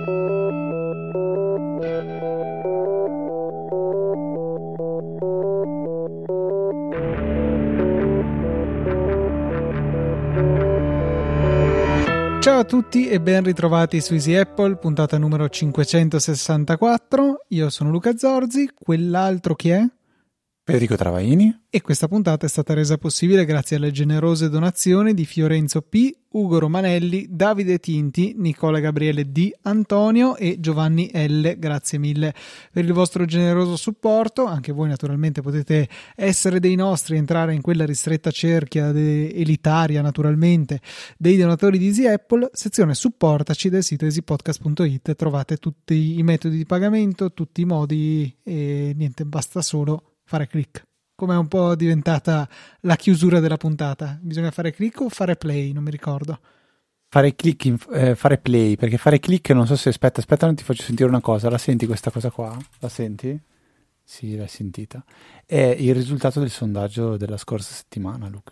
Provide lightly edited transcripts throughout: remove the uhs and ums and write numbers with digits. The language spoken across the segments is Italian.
Ciao a tutti e ben ritrovati su Easy Apple, puntata numero 564. Io sono Luca Zorzi, quell'altro chi è? Federico Travaini. E questa puntata è stata resa possibile grazie alle generose donazioni di Fiorenzo P, Ugo Romanelli, Davide Tinti, Nicola Gabriele D, Antonio e Giovanni L. Grazie mille per il vostro generoso supporto. Anche voi naturalmente potete essere dei nostri, entrare in quella ristretta cerchia elitaria naturalmente dei donatori di Easy Apple. Sezione supportaci del sito easypodcast.it, trovate tutti i metodi di pagamento, tutti i modi e niente, basta solo fare click. Come è un po' diventata la chiusura della puntata, bisogna fare click o fare play, non mi ricordo. Fare click, fare play, perché fare click non so se aspetta, non ti faccio sentire una cosa. La senti questa cosa qua? La senti? Sì, l'hai sentita. È il risultato del sondaggio della scorsa settimana, Luca.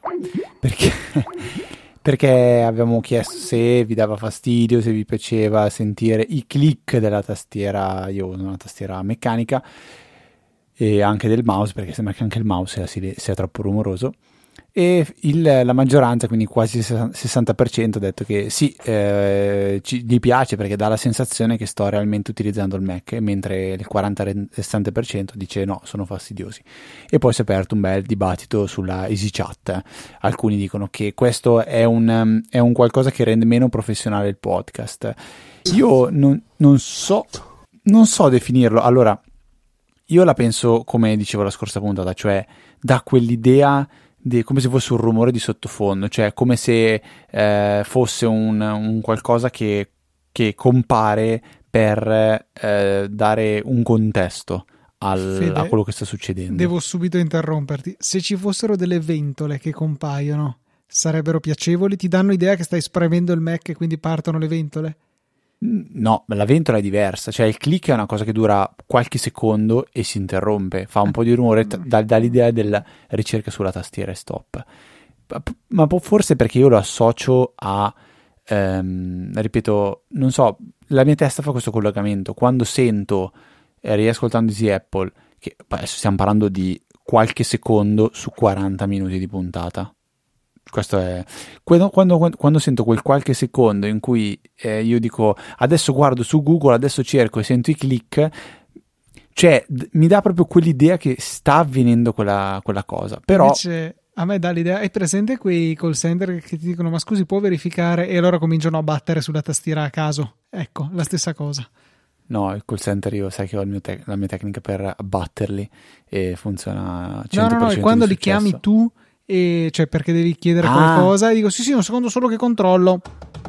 Perché abbiamo chiesto se vi dava fastidio, se vi piaceva sentire i click della tastiera. Io uso una tastiera meccanica e anche del mouse, perché sembra che anche il mouse sia troppo rumoroso, e la maggioranza, quindi quasi il 60%, ha detto che sì, gli piace perché dà la sensazione che sto realmente utilizzando il Mac, mentre il 40-60% dice no, sono fastidiosi. E poi si è aperto un bel dibattito sulla EasyChat. Alcuni dicono che questo è un qualcosa che rende meno professionale il podcast. Io non so definirlo. Allora, io la penso come dicevo la scorsa puntata, cioè dà quell'idea come se fosse un rumore di sottofondo, cioè come se fosse un qualcosa che compare per dare un contesto Fede, a quello che sta succedendo. Devo subito interromperti. Se ci fossero delle ventole che compaiono, sarebbero piacevoli? Ti danno idea che stai spremendo il Mac e quindi partono le ventole? No, la ventola è diversa, cioè il click è una cosa che dura qualche secondo e si interrompe, fa un po' di rumore, dà l'idea della ricerca sulla tastiera e stop, ma forse perché io lo associo a, ripeto, non so, la mia testa fa questo collegamento, quando sento, riascoltando Easy Apple, che adesso stiamo parlando di qualche secondo su 40 minuti di puntata. Questo è quando sento quel qualche secondo in cui io dico adesso guardo su Google, adesso cerco e sento i click, cioè mi dà proprio quell'idea che sta avvenendo quella cosa. Però invece a me dà l'idea, hai presente quei call center che ti dicono ma scusi può verificare, e allora cominciano a battere sulla tastiera a caso? Ecco, la stessa cosa. No, il call center io sai che ho la mia tecnica per abbatterli e funziona 100%. No, e quando li chiami tu, e cioè perché devi chiedere qualcosa, e dico sì un secondo solo che controllo.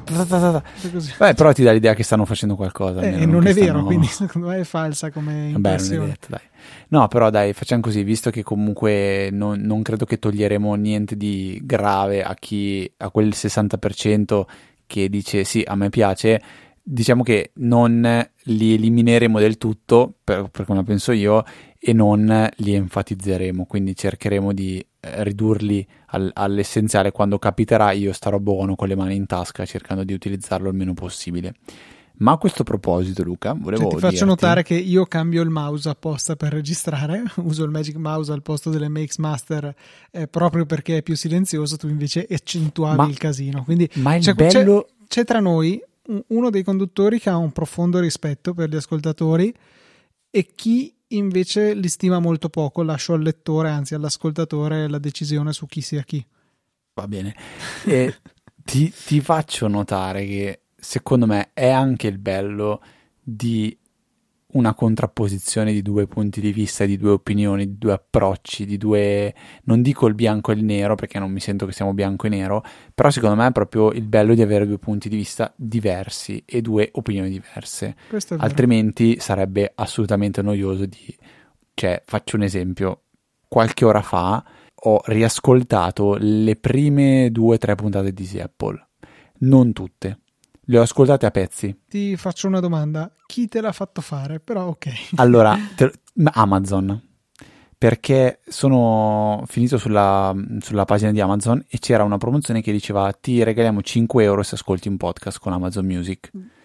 Beh, però ti dà l'idea che stanno facendo qualcosa. E non è vero, quindi secondo me è falsa come impressione. Beh, non è detto, dai. No, però dai, facciamo così, visto che comunque non credo che toglieremo niente di grave a quel 60% che dice sì, a me piace. Diciamo che non li elimineremo del tutto, per come la penso io, e non li enfatizzeremo, quindi cercheremo di ridurli all'essenziale. Quando capiterà io starò buono con le mani in tasca cercando di utilizzarlo il meno possibile. Ma a questo proposito, Luca, volevo ti faccio notare che io cambio il mouse apposta per registrare, uso il Magic Mouse al posto delle Mix Master proprio perché è più silenzioso, tu invece accentuavi il casino. Quindi c'è tra noi uno dei conduttori che ha un profondo rispetto per gli ascoltatori e chi invece li stima molto poco. Lascio al lettore, anzi all'ascoltatore, la decisione su chi sia chi. Va bene. E ti faccio notare che secondo me è anche il bello di una contrapposizione di due punti di vista, di due opinioni, di due approcci, di due, non dico il bianco e il nero perché non mi sento che siamo bianco e nero, però secondo me è proprio il bello di avere due punti di vista diversi e due opinioni diverse. Altrimenti sarebbe assolutamente noioso. Cioè, faccio un esempio, qualche ora fa ho riascoltato le prime 2 o 3 puntate di Easy Apple, non tutte. Le ho ascoltate a pezzi. Ti faccio una domanda. Chi te l'ha fatto fare? Però ok. Allora, Amazon. Perché sono finito sulla pagina di Amazon e c'era una promozione che diceva ti regaliamo 5 euro se ascolti un podcast con Amazon Music.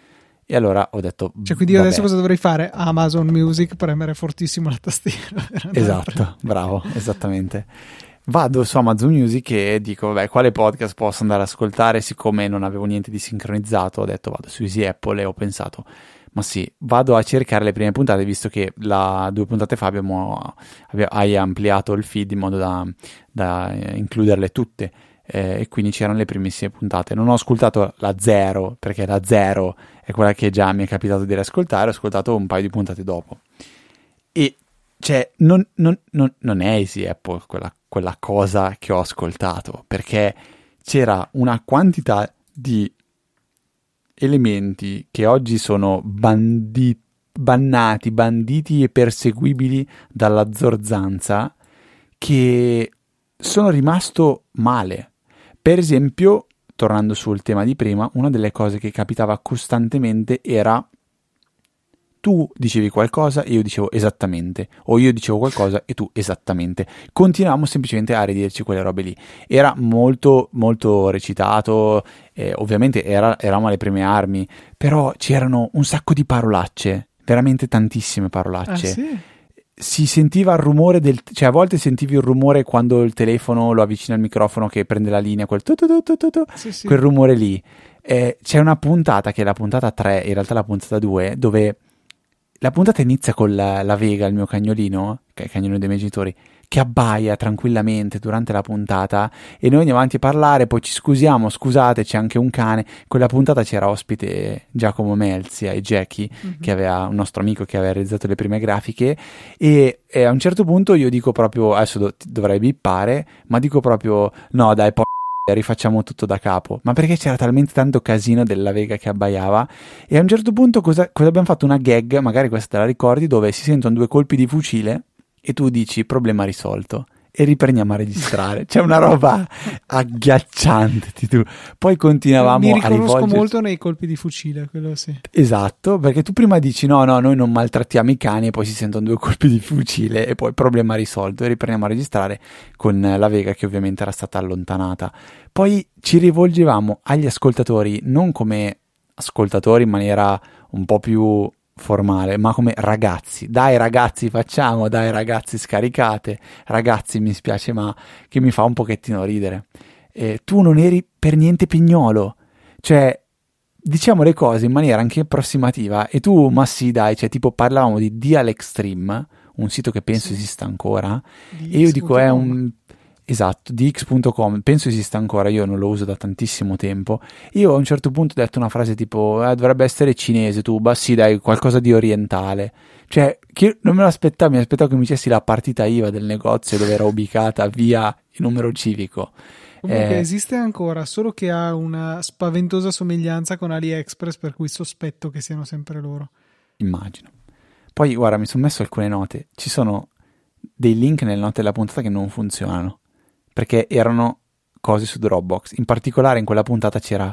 E allora ho detto, cioè, quindi io adesso cosa dovrei fare? Amazon Music, premere fortissimo la tastiera. Esatto, bravo, esattamente. Vado su Amazon Music e dico, vabbè, quale podcast posso andare ad ascoltare? Siccome non avevo niente di sincronizzato, ho detto vado su Easy Apple e ho pensato, ma sì, vado a cercare le prime puntate, visto che 2 puntate fa hai ampliato il feed in modo da includerle tutte. E quindi c'erano le primissime puntate. Non ho ascoltato la 0, perché la 0 è quella che già mi è capitato di riascoltare, ho ascoltato un paio di puntate dopo. E cioè, non è Easy Apple quella cosa che ho ascoltato, perché c'era una quantità di elementi che oggi sono banditi, banditi e perseguibili dalla zorzanza, che sono rimasto male. Per esempio, tornando sul tema di prima, una delle cose che capitava costantemente era tu dicevi qualcosa e io dicevo esattamente, o io dicevo qualcosa e tu esattamente. Continuavamo semplicemente a ridirci quelle robe lì. Era molto molto recitato, ovviamente eravamo alle prime armi, però c'erano un sacco di parolacce, veramente tantissime parolacce. Ah, sì? Si sentiva il rumore cioè a volte sentivi il rumore quando il telefono lo avvicina al microfono che prende la linea, quel Sì. quel rumore lì. C'è una puntata che è la puntata 3, in realtà la puntata 2, dove la puntata inizia con la Vega, il mio cagnolino, che è il cagnolino dei miei genitori, che abbaia tranquillamente durante la puntata e noi andiamo avanti a parlare, poi ci scusiamo, scusate, c'è anche un cane. Quella puntata c'era ospite Giacomo Melzi e Jackie, che aveva un nostro amico che aveva realizzato le prime grafiche, e a un certo punto io dico proprio, adesso dovrei bippare, ma dico proprio, no dai, rifacciamo tutto da capo, ma perché c'era talmente tanto casino della Vega che abbaiava. E a un certo punto cosa abbiamo fatto? Una gag, magari questa te la ricordi, dove si sentono 2 colpi di fucile e tu dici problema risolto e riprendiamo a registrare. C'è una roba agghiacciante. Poi continuavamo Mi a riconosco rivolgerci molto nei colpi di fucile, quello sì. Esatto, perché tu prima dici no, noi non maltrattiamo i cani, e poi si sentono 2 colpi di fucile e poi problema risolto e riprendiamo a registrare con la Vega che ovviamente era stata allontanata. Poi ci rivolgevamo agli ascoltatori non come ascoltatori in maniera un po' più formale, ma come ragazzi. Dai ragazzi facciamo, dai ragazzi scaricate, ragazzi mi spiace ma che mi fa un pochettino ridere. Tu non eri per niente pignolo, cioè diciamo le cose in maniera anche approssimativa e tu, ma sì dai, cioè tipo parlavamo di Dial Extreme, un sito che penso esista ancora, e io dico è un... Esatto, di x.com, penso esista ancora, io non lo uso da tantissimo tempo. Io a un certo punto ho detto una frase tipo dovrebbe essere cinese, tu, bah sì dai, qualcosa di orientale. Cioè, che non me lo aspettavo, mi aspettavo che mi dicessi la partita IVA del negozio dove era ubicata via il numero civico. Comunque esiste ancora, solo che ha una spaventosa somiglianza con AliExpress, per cui sospetto che siano sempre loro. Immagino. Poi guarda, mi sono messo alcune note, ci sono dei link nelle note della puntata che non funzionano, perché erano cose su Dropbox. In particolare in quella puntata c'era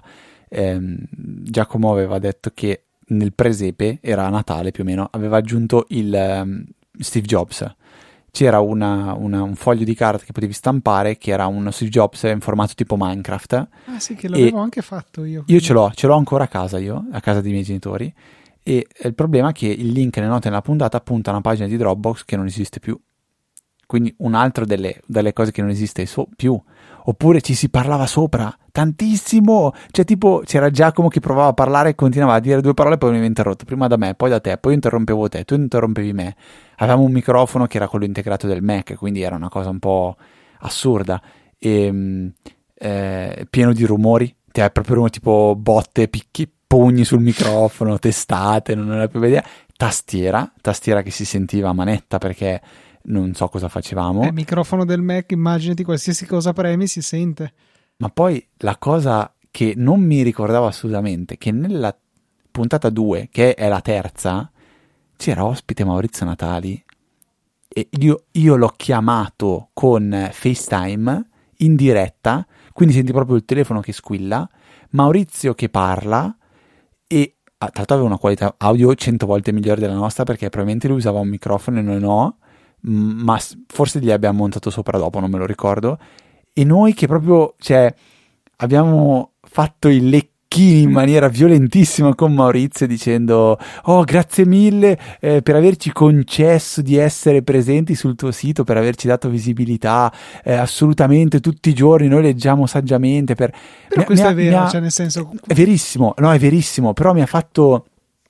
Giacomo aveva detto che nel presepe, era Natale più o meno, aveva aggiunto il Steve Jobs. C'era un foglio di carta che potevi stampare che era uno Steve Jobs in formato tipo Minecraft. Ah sì, che l'avevo anche fatto io. Io ce l'ho ancora a casa a casa dei miei genitori, e il problema è che il link nelle note della puntata punta a una pagina di Dropbox che non esiste più. Quindi un'altra delle cose che non esiste più. Oppure ci si parlava sopra tantissimo, cioè tipo c'era Giacomo che provava a parlare e continuava a dire 2 parole, poi veniva interrotto, prima da me, poi da te, poi io interrompevo te, tu interrompevi me. Avevamo un microfono che era quello integrato del Mac, quindi era una cosa un po' assurda, e pieno di rumori, cioè proprio rumori tipo botte, picchi, pugni sul microfono, testate, non era più idea, tastiera che si sentiva a manetta perché non so cosa facevamo. Il microfono del Mac, immaginati qualsiasi cosa premi si sente. Ma poi la cosa che non mi ricordavo assolutamente, che nella puntata 2, che è la terza, c'era ospite Maurizio Natali e io l'ho chiamato con FaceTime in diretta, quindi senti proprio il telefono che squilla, Maurizio che parla e tra l'altro aveva una qualità audio 100 volte migliore della nostra, perché probabilmente lui usava un microfono e noi no, ma forse gli abbiamo montato sopra dopo, non me lo ricordo, e noi che proprio, cioè, abbiamo fatto cecchini in maniera violentissima con Maurizio dicendo oh grazie mille per averci concesso di essere presenti sul tuo sito, per averci dato visibilità, assolutamente tutti i giorni noi leggiamo saggiamente però questo è vero, cioè nel senso è verissimo, no è verissimo, però mi ha fatto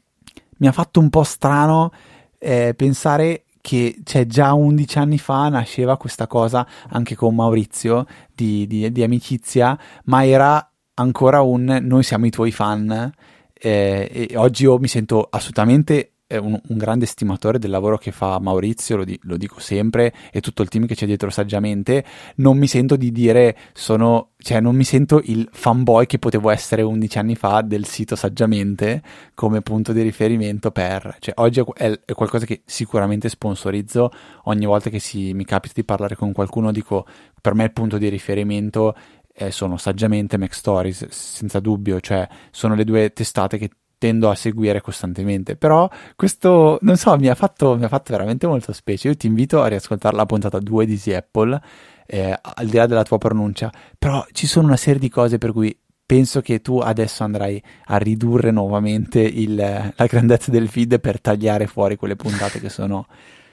un po' strano pensare che cioè, già 11 anni fa nasceva questa cosa anche con Maurizio di amicizia, ma era ancora noi siamo i tuoi fan, e oggi io mi sento assolutamente un grande stimatore del lavoro che fa Maurizio, lo dico sempre, e tutto il team che c'è dietro saggiamente. Non mi sento di dire non mi sento il fanboy che potevo essere 11 anni fa del sito saggiamente come punto di riferimento cioè oggi è qualcosa che sicuramente sponsorizzo. Ogni volta che mi capita di parlare con qualcuno dico per me il punto di riferimento sono saggiamente Mac Stories, senza dubbio, cioè sono le due testate che tendo a seguire costantemente, però questo, non so, mi ha fatto veramente molto specie. Io ti invito a riascoltare la puntata 2 di Easy Apple, al di là della tua pronuncia, però ci sono una serie di cose per cui penso che tu adesso andrai a ridurre nuovamente la grandezza del feed per tagliare fuori quelle puntate che sono...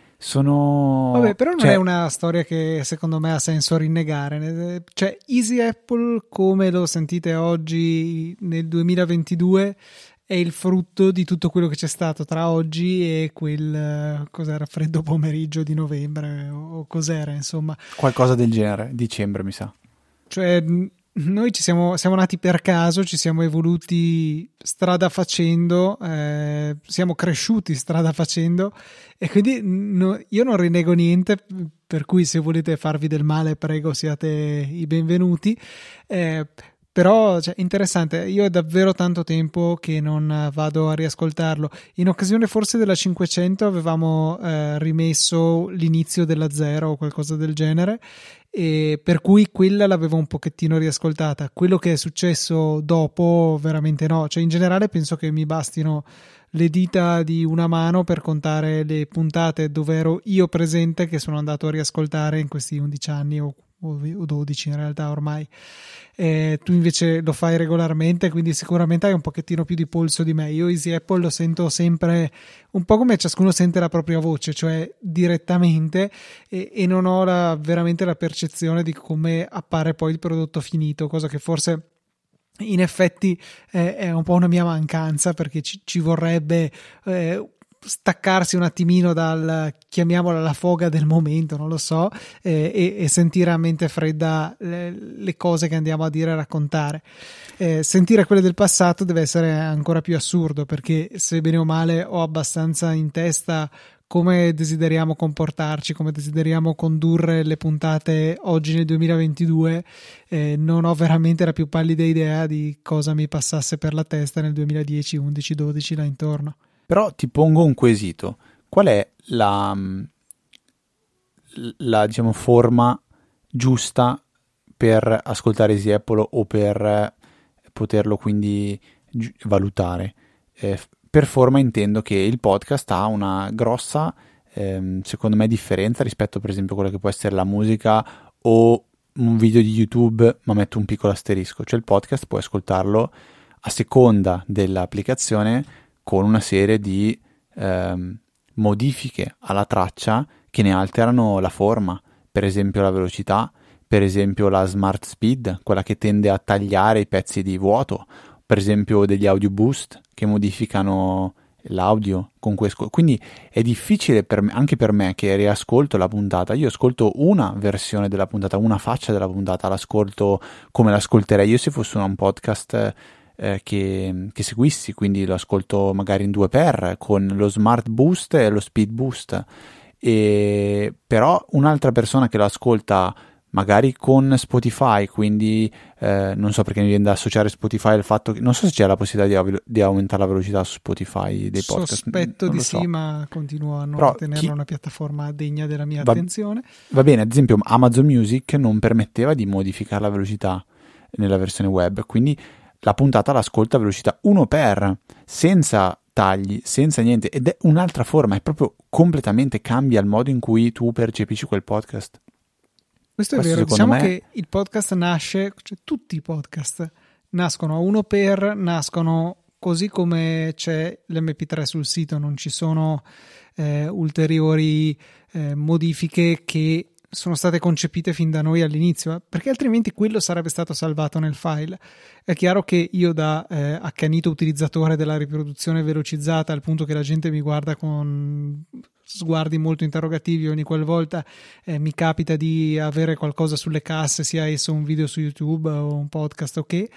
Vabbè, però non è una storia che secondo me ha senso rinnegare. Cioè, Easy Apple, come lo sentite oggi nel 2022, è il frutto di tutto quello che c'è stato tra oggi e quel cos'era, freddo pomeriggio di novembre o cos'era, insomma. Qualcosa del genere, dicembre mi sa. Cioè, noi siamo nati per caso, ci siamo evoluti strada facendo, siamo cresciuti strada facendo, e quindi io non rinnego niente, per cui se volete farvi del male prego siate i benvenuti, però cioè, interessante. Io è davvero tanto tempo che non vado a riascoltarlo. In occasione forse della 500 avevamo rimesso l'inizio della 0 o qualcosa del genere, e per cui quella l'avevo un pochettino riascoltata. Quello che è successo dopo veramente no, cioè in generale penso che mi bastino le dita di una mano per contare le puntate dove ero io presente, che sono andato a riascoltare in questi 11 anni o 12 in realtà ormai. Tu invece lo fai regolarmente, quindi sicuramente hai un pochettino più di polso di me. Io Easy Apple lo sento sempre un po' come ciascuno sente la propria voce, cioè direttamente, e non ho veramente la percezione di come appare poi il prodotto finito, cosa che forse in effetti è un po' una mia mancanza, perché ci vorrebbe staccarsi un attimino chiamiamola la foga del momento, non lo so, e sentire a mente fredda le cose che andiamo a dire e raccontare. Sentire quelle del passato deve essere ancora più assurdo, perché se bene o male ho abbastanza in testa come desideriamo comportarci, come desideriamo condurre le puntate oggi nel 2022, non ho veramente la più pallida idea di cosa mi passasse per la testa nel 2010, 11, 12 là intorno. Però ti pongo un quesito: qual è la diciamo forma giusta per ascoltare Easy Apple o per poterlo quindi valutare? Per forma intendo che il podcast ha una grossa secondo me differenza rispetto per esempio a quella che può essere la musica o un video di YouTube, ma metto un piccolo asterisco, cioè il podcast puoi ascoltarlo a seconda dell'applicazione con una serie di modifiche alla traccia che ne alterano la forma, per esempio la velocità, per esempio la smart speed, quella che tende a tagliare i pezzi di vuoto, per esempio degli audio boost che modificano l'audio con questo. Quindi è difficile anche per me che riascolto la puntata. Io ascolto una versione della puntata, una faccia della puntata, l'ascolto come l'ascolterei io se fosse un podcast che seguissi, quindi lo ascolto magari in 2x con lo smart boost e lo speed boost, e però un'altra persona che lo ascolta magari con Spotify, quindi non so, perché mi viene da associare Spotify al fatto che non so se c'è la possibilità di aumentare la velocità su Spotify dei podcast. Sospetto di sì, ma continuo a non tenerla una piattaforma degna della mia attenzione. Va bene, ad esempio Amazon Music non permetteva di modificare la velocità nella versione web, quindi la puntata l'ascolta a velocità 1x, senza tagli, senza niente, ed è un'altra forma, è proprio completamente cambia il modo in cui tu percepisci quel podcast. Questo è vero, diciamo che il podcast nasce, cioè tutti i podcast nascono a 1x, nascono così come c'è l'MP3 sul sito, non ci sono ulteriori modifiche che sono state concepite fin da noi all'inizio, perché altrimenti quello sarebbe stato salvato nel file. È chiaro che io da accanito utilizzatore della riproduzione velocizzata, al punto che la gente mi guarda con sguardi molto interrogativi ogni qualvolta mi capita di avere qualcosa sulle casse, sia esso un video su YouTube o un podcast, ok,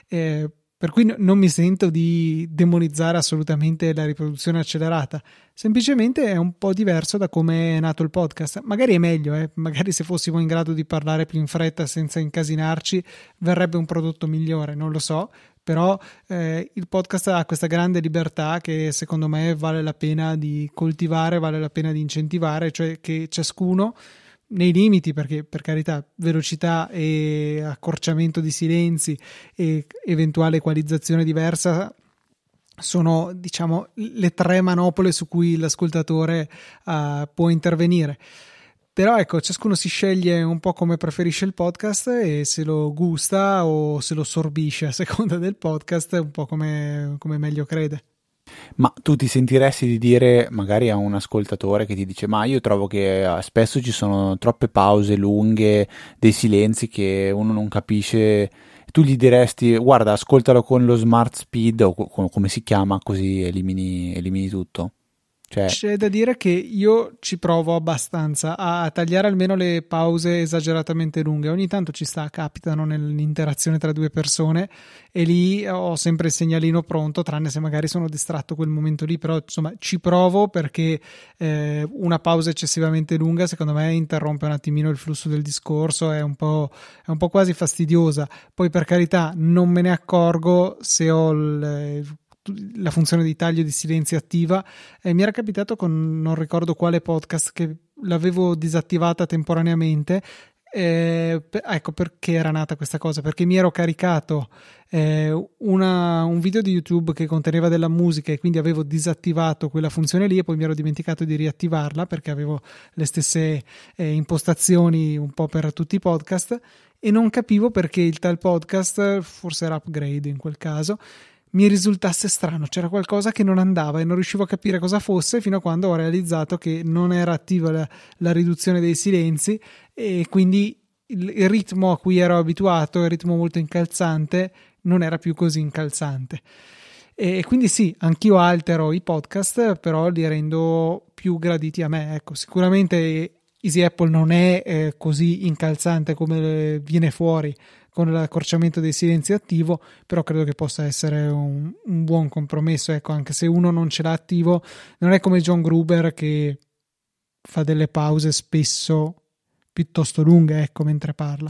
per cui non mi sento di demonizzare assolutamente la riproduzione accelerata, semplicemente è un po' diverso da come è nato il podcast. Magari è meglio, magari se fossimo in grado di parlare più in fretta senza incasinarci verrebbe un prodotto migliore, non lo so, però il podcast ha questa grande libertà che secondo me vale la pena di coltivare, vale la pena di incentivare, cioè che ciascuno nei limiti, perché per carità velocità e accorciamento di silenzi e eventuale equalizzazione diversa sono, diciamo, le 3 manopole su cui l'ascoltatore può intervenire. Però ecco, ciascuno si sceglie un po' come preferisce il podcast e se lo gusta o se lo sorbisce a seconda del podcast, un po' come meglio crede. Ma tu ti sentiresti di dire magari a un ascoltatore che ti dice ma io trovo che spesso ci sono troppe pause lunghe, dei silenzi che uno non capisce, tu gli diresti guarda ascoltalo con lo smart speed o come si chiama, così elimini tutto? Cioè... C'è da dire che io ci provo abbastanza a tagliare almeno le pause esageratamente lunghe. Ogni tanto capitano nell'interazione tra 2 persone e lì ho sempre il segnalino pronto, tranne se magari sono distratto quel momento lì, però insomma ci provo perché una pausa eccessivamente lunga secondo me interrompe un attimino il flusso del discorso, è un po' quasi fastidiosa. Poi per carità non me ne accorgo se ho la funzione di taglio di silenzio attiva. Mi era capitato con non ricordo quale podcast che l'avevo disattivata temporaneamente. Ecco perché era nata questa cosa, perché mi ero caricato un video di YouTube che conteneva della musica e quindi avevo disattivato quella funzione lì e poi mi ero dimenticato di riattivarla perché avevo le stesse impostazioni un po' per tutti i podcast e non capivo perché il tal podcast, forse era Upgrade in quel caso, mi risultasse strano, c'era qualcosa che non andava e non riuscivo a capire cosa fosse fino a quando ho realizzato che non era attiva la riduzione dei silenzi e quindi il ritmo a cui ero abituato, il ritmo molto incalzante, non era più così incalzante. E quindi sì, anch'io altero i podcast, però li rendo più graditi a me. Ecco, sicuramente Easy Apple non è così incalzante come viene fuori con l'accorciamento dei silenzi attivo, però credo che possa essere un buon compromesso, ecco, anche se uno non ce l'ha attivo, non è come John Gruber che fa delle pause spesso piuttosto lunghe, ecco, mentre parla.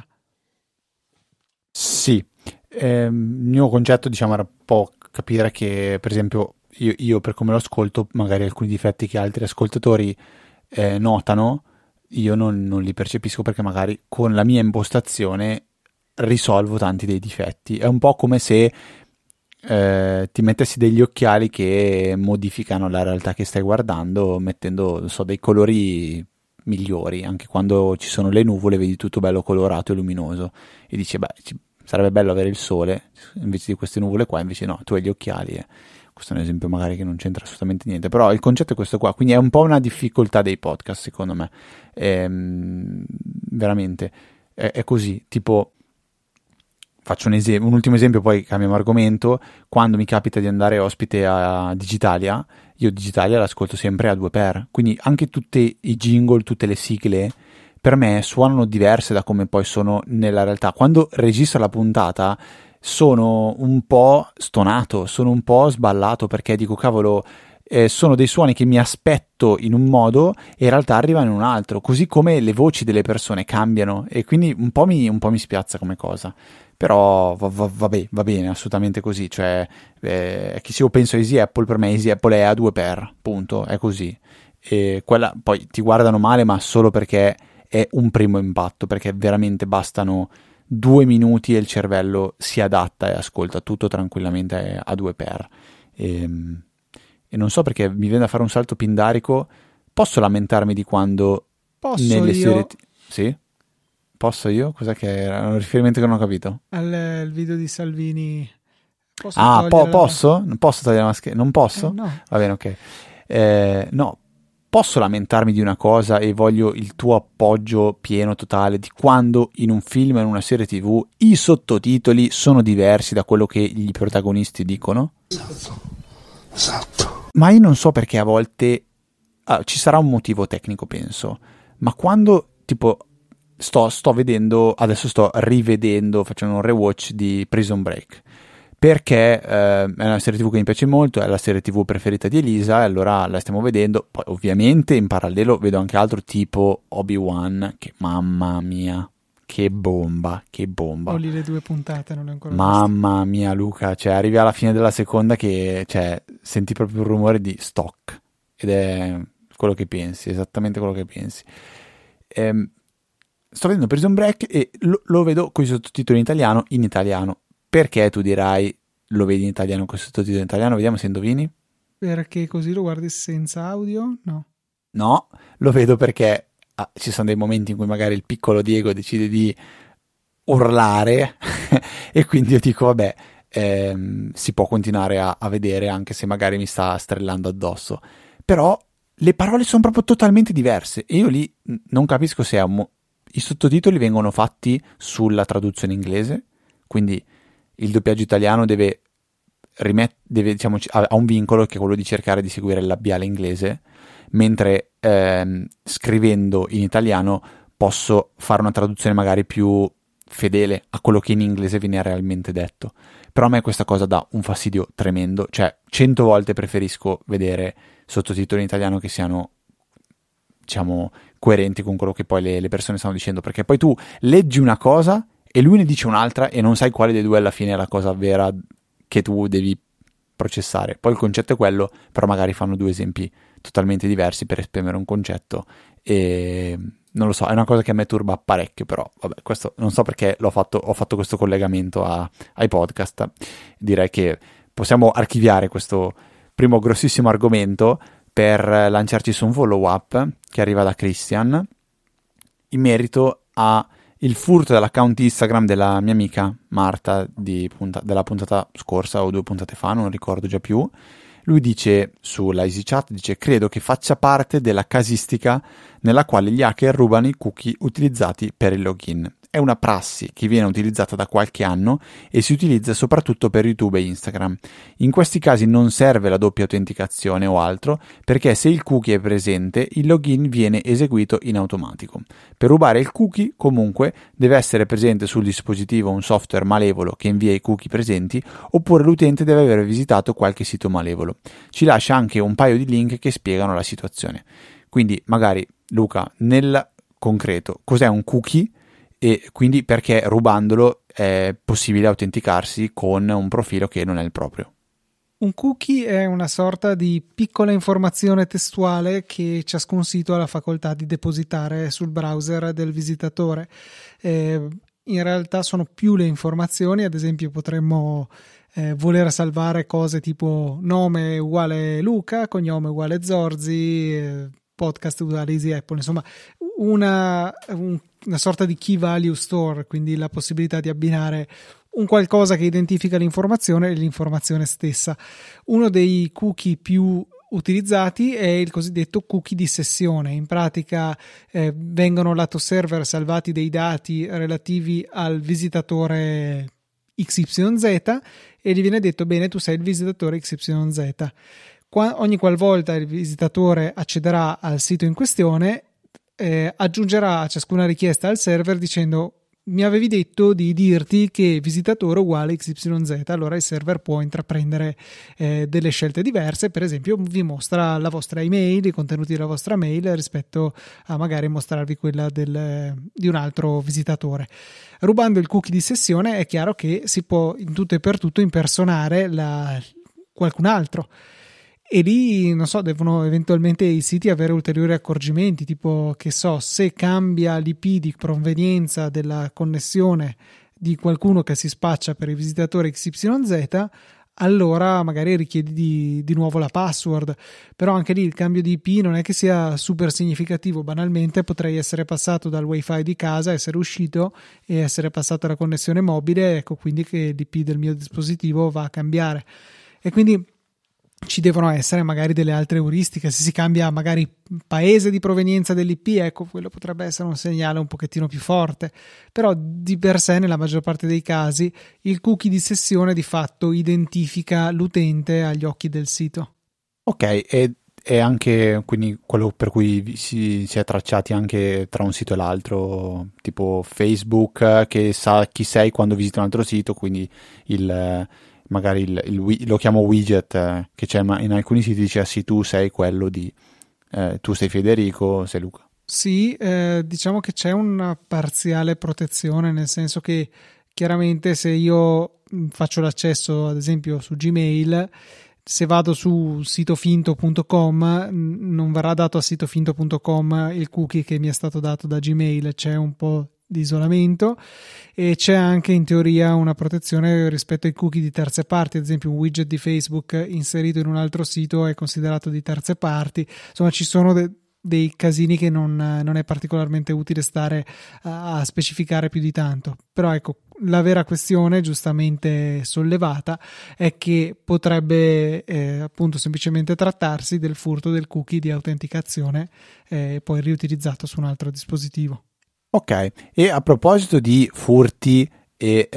Sì, il mio concetto, diciamo, era un po' capire che, per esempio, io per come lo ascolto, magari alcuni difetti che altri ascoltatori notano, io non li percepisco perché magari con la mia impostazione risolvo tanti dei difetti. È un po' come se ti mettessi degli occhiali che modificano la realtà che stai guardando, mettendo, non so, dei colori migliori. Anche quando ci sono le nuvole vedi tutto bello colorato e luminoso e dici beh sarebbe bello avere il sole invece di queste nuvole qua, invece no, tu hai gli occhiali questo è un esempio magari che non c'entra assolutamente niente, però il concetto è questo qua, quindi è un po' una difficoltà dei podcast secondo me. Veramente è così, tipo faccio un ultimo esempio, poi cambiamo argomento. Quando mi capita di andare ospite a Digitalia, io Digitalia l'ascolto sempre a 2x, quindi anche tutti i jingle, tutte le sigle per me suonano diverse da come poi sono nella realtà. Quando registro la puntata sono un po' stonato, sono un po' sballato perché dico cavolo, sono dei suoni che mi aspetto in un modo e in realtà arrivano in un altro, così come le voci delle persone cambiano e quindi un po' mi spiazza come cosa. Però va bene, assolutamente così, cioè che se io penso a Easy Apple, per me Easy Apple è a 2x, punto, è così. E quella poi ti guardano male, ma solo perché è un primo impatto, perché veramente bastano 2 minuti e il cervello si adatta e ascolta tutto tranquillamente a 2x. E non so perché mi viene da fare un salto pindarico. Posso lamentarmi di quando Posso nelle io? serie sì? Posso io? Cos'è che era un riferimento che non ho capito? Il video di Salvini. Posso togliere posso? Non posso togliere la mascherina? Non posso? no. Va bene, ok. No, posso lamentarmi di una cosa e voglio il tuo appoggio pieno, totale, di quando in un film o in una serie TV i sottotitoli sono diversi da quello che i protagonisti dicono? Esatto. Ma io non so perché a volte ci sarà un motivo tecnico, penso, ma quando tipo sto vedendo, adesso sto rivedendo, facendo un rewatch di Prison Break, perché è una serie TV che mi piace molto, è la serie TV preferita di Elisa, e allora la stiamo vedendo. Poi ovviamente in parallelo vedo anche altro, tipo Obi-Wan, che mamma mia, che bomba. Ho lì le 2 puntate, non le ho ancora Mamma mia Luca, cioè arrivi alla fine della seconda che cioè, senti proprio il rumore di stock, ed è quello che pensi, esattamente quello che pensi. Sto vedendo Prison Break e lo vedo con i sottotitoli in italiano. Perché tu dirai lo vedi in italiano con i sottotitoli in italiano? Vediamo se indovini. Perché così lo guardi senza audio? No. No, lo vedo perché ci sono dei momenti in cui magari il piccolo Diego decide di urlare e quindi io dico vabbè, si può continuare a vedere anche se magari mi sta strellando addosso. Però le parole sono proprio totalmente diverse e io lì non capisco se i sottotitoli vengono fatti sulla traduzione inglese, quindi il doppiaggio italiano deve diciamo, ha un vincolo che è quello di cercare di seguire il labiale inglese, mentre scrivendo in italiano posso fare una traduzione magari più fedele a quello che in inglese viene realmente detto. Però a me questa cosa dà un fastidio tremendo, cioè 100 volte preferisco vedere sottotitoli in italiano che siano, diciamo, coerenti con quello che poi le persone stanno dicendo, perché poi tu leggi una cosa e lui ne dice un'altra e non sai quale dei due alla fine è la cosa vera che tu devi processare. Poi il concetto è quello, però magari fanno 2 esempi totalmente diversi per esprimere un concetto e non lo so, è una cosa che a me turba parecchio, però vabbè, questo non so perché ho fatto questo collegamento ai podcast. Direi che possiamo archiviare questo primo grossissimo argomento per lanciarci su un follow up che arriva da Christian in merito a il furto dell'account Instagram della mia amica Marta della puntata scorsa o 2 puntate fa, non ricordo già più. Lui dice sulla EasyChat, credo che faccia parte della casistica nella quale gli hacker rubano i cookie utilizzati per il login. È una prassi che viene utilizzata da qualche anno e si utilizza soprattutto per YouTube e Instagram. In questi casi non serve la doppia autenticazione o altro, perché se il cookie è presente, il login viene eseguito in automatico. Per rubare il cookie, comunque, deve essere presente sul dispositivo un software malevolo che invia i cookie presenti, oppure l'utente deve aver visitato qualche sito malevolo. Ci lascia anche un paio di link che spiegano la situazione. Quindi, magari, Luca, nel concreto, cos'è un cookie? E quindi perché rubandolo è possibile autenticarsi con un profilo che non è il proprio. Un cookie è una sorta di piccola informazione testuale che ciascun sito ha la facoltà di depositare sul browser del visitatore. In realtà sono più le informazioni, ad esempio potremmo voler salvare cose tipo nome uguale Luca, cognome uguale Zorzi, podcast uguale Easy Apple, insomma una sorta di key value store, quindi la possibilità di abbinare un qualcosa che identifica l'informazione e l'informazione stessa. Uno dei cookie più utilizzati è il cosiddetto cookie di sessione. In pratica vengono lato server salvati dei dati relativi al visitatore XYZ e gli viene detto: bene, tu sei il visitatore XYZ. Ogni qualvolta il visitatore accederà al sito in questione, aggiungerà a ciascuna richiesta al server dicendo: mi avevi detto di dirti che visitatore uguale XYZ. Allora il server può intraprendere delle scelte diverse, per esempio vi mostra la vostra email, i contenuti della vostra mail rispetto a magari mostrarvi quella di un altro visitatore. Rubando il cookie di sessione è chiaro che si può in tutto e per tutto impersonare qualcun altro. E lì, non so, devono eventualmente i siti avere ulteriori accorgimenti, tipo, che so, se cambia l'IP di provenienza della connessione di qualcuno che si spaccia per il visitatore XYZ, allora magari richiedi di nuovo la password, però anche lì il cambio di IP non è che sia super significativo. Banalmente potrei essere passato dal wifi di casa, essere uscito e essere passato alla connessione mobile, ecco quindi che l'IP del mio dispositivo va a cambiare, e quindi ci devono essere magari delle altre euristiche. Se si cambia magari paese di provenienza dell'IP, ecco, quello potrebbe essere un segnale un pochettino più forte, però di per sé nella maggior parte dei casi il cookie di sessione di fatto identifica l'utente agli occhi del sito. Ok, e anche quindi quello per cui si è tracciati anche tra un sito e l'altro, tipo Facebook che sa chi sei quando visita un altro sito, quindi magari lo chiamo widget che c'è in alcuni siti, dice sì, tu sei quello di tu sei Federico, sei Luca. Sì, diciamo che c'è una parziale protezione, nel senso che chiaramente se io faccio l'accesso ad esempio su Gmail, se vado su sitofinto.com non verrà dato a sitofinto.com il cookie che mi è stato dato da Gmail, c'è un po' di isolamento e c'è anche in teoria una protezione rispetto ai cookie di terze parti. Ad esempio un widget di Facebook inserito in un altro sito è considerato di terze parti. Insomma, ci sono dei casini che non è particolarmente utile stare a specificare più di tanto, però ecco, la vera questione giustamente sollevata è che potrebbe appunto semplicemente trattarsi del furto del cookie di autenticazione poi riutilizzato su un altro dispositivo. Ok, e a proposito di furti e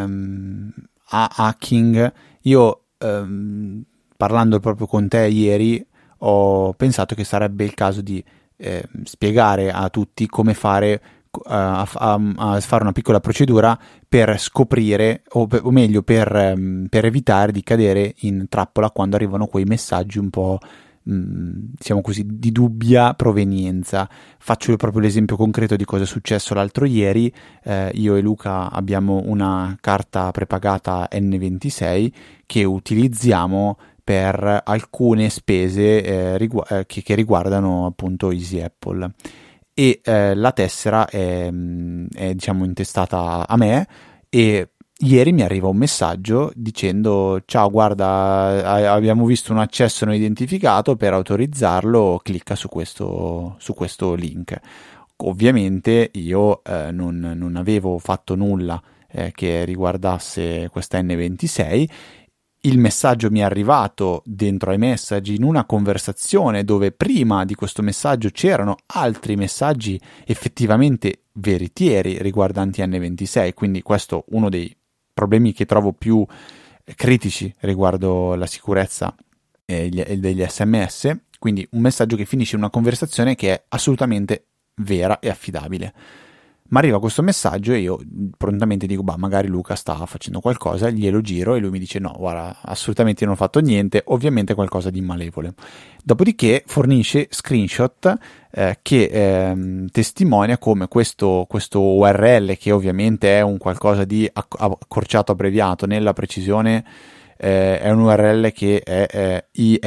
hacking, io parlando proprio con te ieri ho pensato che sarebbe il caso di spiegare a tutti come fare a fare una piccola procedura per scoprire o meglio per evitare di cadere in trappola quando arrivano quei messaggi un po' diciamo così di dubbia provenienza. Faccio proprio l'esempio concreto di cosa è successo l'altro ieri. Io e Luca abbiamo una carta prepagata N26 che utilizziamo per alcune spese che riguardano appunto Easy Apple, e la tessera è diciamo intestata a me, e ieri mi arriva un messaggio dicendo ciao, guarda, abbiamo visto un accesso non identificato, per autorizzarlo clicca su questo link. Ovviamente io non avevo fatto nulla che riguardasse questa N26. Il messaggio mi è arrivato dentro ai messaggi in una conversazione dove prima di questo messaggio c'erano altri messaggi effettivamente veritieri riguardanti N26, quindi questo è uno dei problemi che trovo più critici riguardo la sicurezza degli SMS. Quindi un messaggio che finisce in una conversazione che è assolutamente vera e affidabile. Ma arriva questo messaggio e io prontamente dico, bah, magari Luca sta facendo qualcosa, glielo giro e lui mi dice no, guarda, assolutamente io non ho fatto niente, ovviamente qualcosa di malevole. Dopodiché fornisce screenshot che testimonia come questo URL, che ovviamente è un qualcosa di accorciato, abbreviato, nella precisione è un URL che è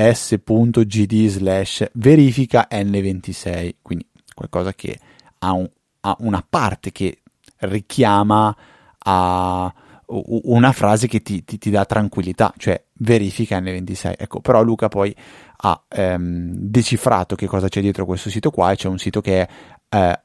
is.gd/verifica n26, quindi qualcosa che ha una parte che richiama a una frase che ti dà tranquillità, cioè verifica N26. Ecco, però Luca poi ha decifrato che cosa c'è dietro questo sito qua, e c'è un sito che è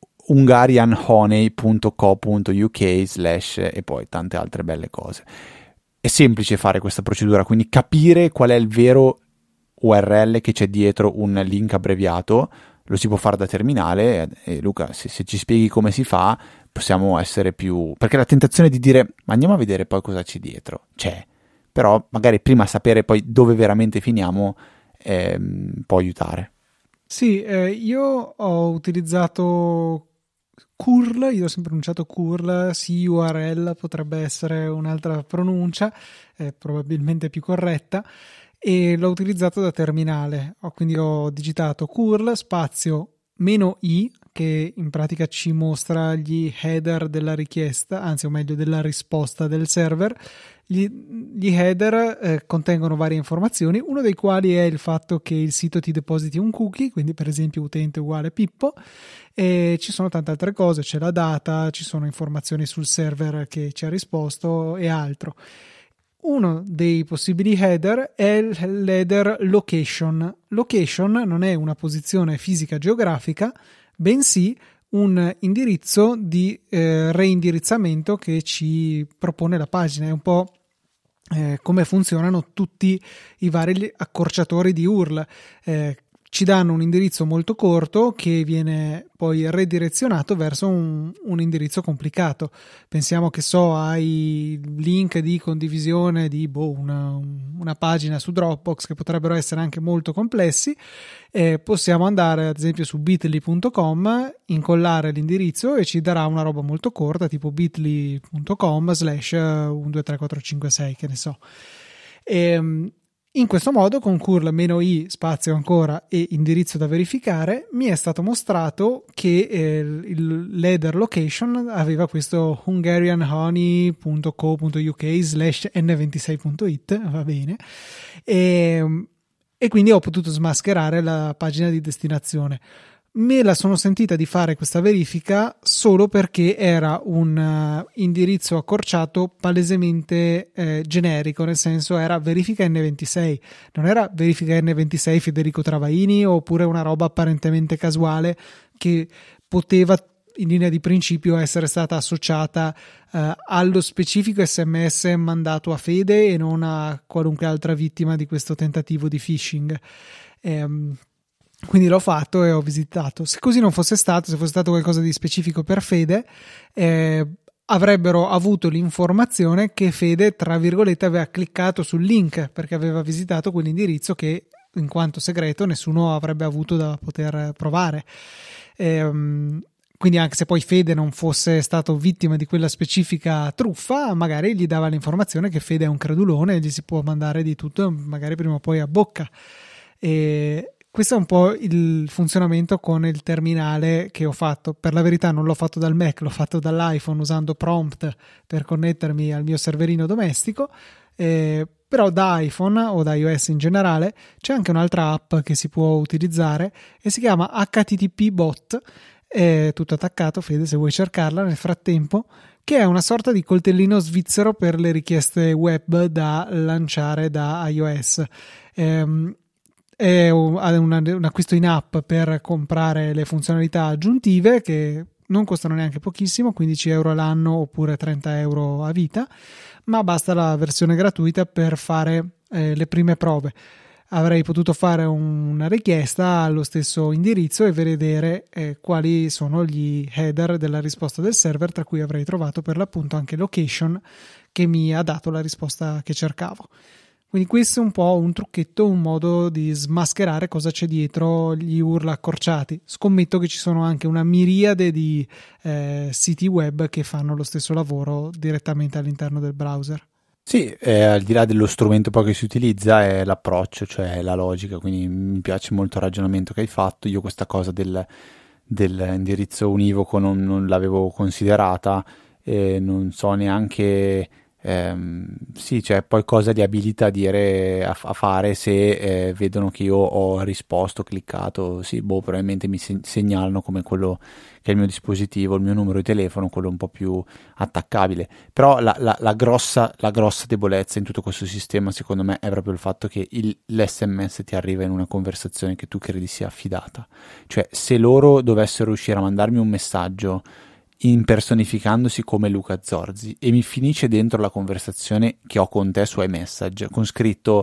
hungarianhoney.co.uk/ e poi tante altre belle cose. È semplice fare questa procedura, quindi capire qual è il vero URL che c'è dietro un link abbreviato. Lo si può fare da terminale, e Luca, se ci spieghi come si fa, possiamo essere più... Perché la tentazione di dire, ma andiamo a vedere poi cosa c'è dietro, c'è. Però magari prima sapere poi dove veramente finiamo può aiutare. Sì, io ho utilizzato curl, io ho sempre pronunciato curl, CURL potrebbe essere un'altra pronuncia, probabilmente più corretta, e l'ho utilizzato da terminale. Quindi ho digitato curl spazio -i, che in pratica ci mostra gli header della richiesta, anzi o meglio della risposta del server. Gli header contengono varie informazioni, uno dei quali è il fatto che il sito ti depositi un cookie, quindi per esempio utente uguale Pippo, e ci sono tante altre cose, c'è la data, ci sono informazioni sul server che ci ha risposto e altro. Uno dei possibili header è l'header location. Location non è una posizione fisica geografica, bensì un indirizzo di reindirizzamento che ci propone la pagina. È un po' come funzionano tutti i vari accorciatori di URL. Ci danno un indirizzo molto corto che viene poi redirezionato verso un indirizzo complicato. Pensiamo ai link di condivisione di una pagina su Dropbox, che potrebbero essere anche molto complessi. Possiamo andare ad esempio su bit.ly.com, incollare l'indirizzo e ci darà una roba molto corta, tipo bit.ly.com/1234566, che ne so. In questo modo, con curl -i spazio ancora e indirizzo da verificare, mi è stato mostrato che l'header location aveva questo hungarianhoney.co.uk/n26.it, va bene, e quindi ho potuto smascherare la pagina di destinazione. Me la sono sentita di fare questa verifica solo perché era un indirizzo accorciato palesemente generico, nel senso era verifica N26, non era verifica N26 Federico Travaini oppure una roba apparentemente casuale che poteva in linea di principio essere stata associata allo specifico SMS mandato a Fede e non a qualunque altra vittima di questo tentativo di phishing. Quindi l'ho fatto e ho visitato. Se così non fosse stato, se fosse stato qualcosa di specifico per Fede, avrebbero avuto l'informazione che Fede, tra virgolette, aveva cliccato sul link perché aveva visitato quell'indirizzo che, in quanto segreto, nessuno avrebbe avuto da poter provare. Quindi anche se poi Fede non fosse stato vittima di quella specifica truffa, magari gli dava l'informazione che Fede è un credulone e gli si può mandare di tutto, magari prima o poi a bocca. Questo è un po' il funzionamento con il terminale che ho fatto. Per la verità non l'ho fatto dal Mac, l'ho fatto dall'iPhone usando Prompt per connettermi al mio serverino domestico, però da iPhone o da iOS in generale c'è anche un'altra app che si può utilizzare e si chiama HTTP Bot, è tutto attaccato, Fede, se vuoi cercarla nel frattempo, che è una sorta di coltellino svizzero per le richieste web da lanciare da iOS. È un acquisto in app per comprare le funzionalità aggiuntive che non costano neanche pochissimo, 15 euro all'anno oppure 30 euro a vita, ma basta la versione gratuita per fare le prime prove. Avrei potuto fare una richiesta allo stesso indirizzo e vedere quali sono gli header della risposta del server, tra cui avrei trovato per l'appunto anche location, che mi ha dato la risposta che cercavo. Quindi questo è un po' un trucchetto, un modo di smascherare cosa c'è dietro gli URL accorciati. Scommetto che ci sono anche una miriade di siti web che fanno lo stesso lavoro direttamente all'interno del browser. Sì, al di là dello strumento poi che si utilizza è l'approccio, cioè la logica, quindi mi piace molto il ragionamento che hai fatto. Io questa cosa dell'indirizzo univoco non l'avevo considerata, non so neanche... sì, cioè poi cosa li abilita a dire a fare se vedono che io ho risposto, cliccato, sì, probabilmente mi segnalano come quello che è il mio dispositivo, il mio numero di telefono, quello un po' più attaccabile. Però la grossa debolezza in tutto questo sistema, secondo me, è proprio il fatto che l'SMS ti arriva in una conversazione che tu credi sia affidata. Cioè, se loro dovessero riuscire a mandarmi un messaggio impersonificandosi come Luca Zorzi e mi finisce dentro la conversazione che ho con te su iMessage con scritto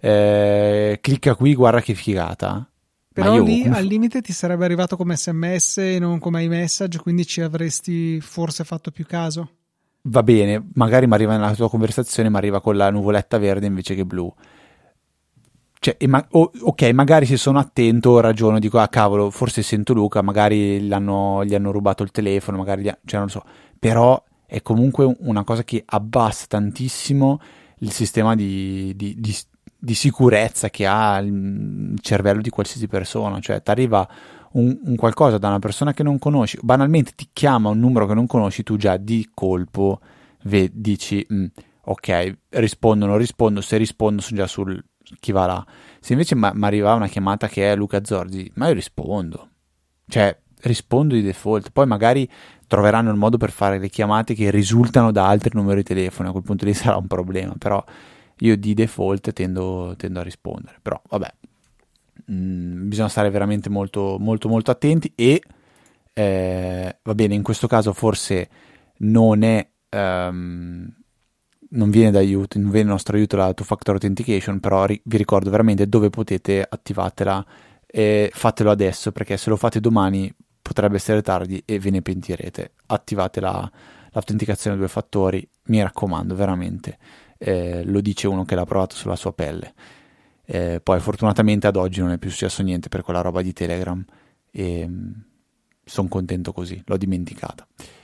clicca qui, guarda che figata, però lì al limite ti sarebbe arrivato come SMS e non come iMessage, quindi ci avresti forse fatto più caso. Va bene, magari mi arriva nella tua conversazione, mi arriva con la nuvoletta verde invece che blu. Cioè, ok, magari se sono attento ragiono, dico cavolo, forse sento Luca, magari gli hanno rubato il telefono, magari cioè non lo so, però è comunque una cosa che abbassa tantissimo il sistema di sicurezza che ha il cervello di qualsiasi persona. Cioè ti arriva un qualcosa da una persona che non conosci, banalmente ti chiama un numero che non conosci, tu già di colpo dici ok, rispondo, non rispondo, se rispondo sono già sul chi va là. Se invece mi arriva una chiamata che è Luca Zorzi, ma io rispondo, cioè rispondo di default. Poi magari troveranno il modo per fare le chiamate che risultano da altri numeri di telefono, a quel punto lì sarà un problema, però io di default tendo a rispondere. Però vabbè, bisogna stare veramente molto molto molto attenti e va bene, in questo caso forse non è non viene il nostro aiuto la Two Factor Authentication, però vi ricordo veramente dove potete attivatela, e fatelo adesso, perché se lo fate domani potrebbe essere tardi e ve ne pentirete. Attivate l'autenticazione a 2 fattori, mi raccomando, veramente, lo dice uno che l'ha provato sulla sua pelle. Poi fortunatamente ad oggi non è più successo niente per quella roba di Telegram e sono contento così, l'ho dimenticata.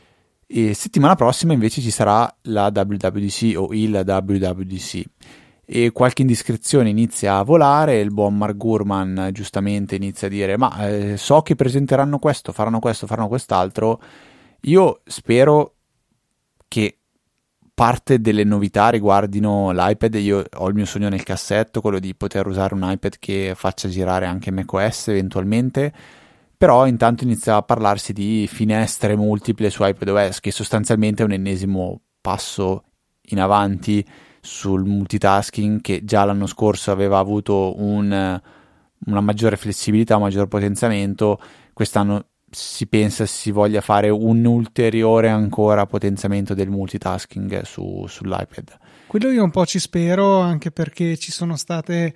E settimana prossima invece ci sarà la WWDC o il WWDC e qualche indiscrezione inizia a volare. Il buon Mark Gurman giustamente inizia a dire ma so che presenteranno questo, faranno quest'altro. Io spero che parte delle novità riguardino l'iPad. Io ho il mio sogno nel cassetto, quello di poter usare un iPad che faccia girare anche macOS eventualmente, però intanto inizia a parlarsi di finestre multiple su iPadOS, che sostanzialmente è un ennesimo passo in avanti sul multitasking, che già l'anno scorso aveva avuto una maggiore flessibilità, un maggior potenziamento. Quest'anno si pensa si voglia fare un ulteriore ancora potenziamento del multitasking sull'iPad. Quello io un po' ci spero, anche perché ci sono stati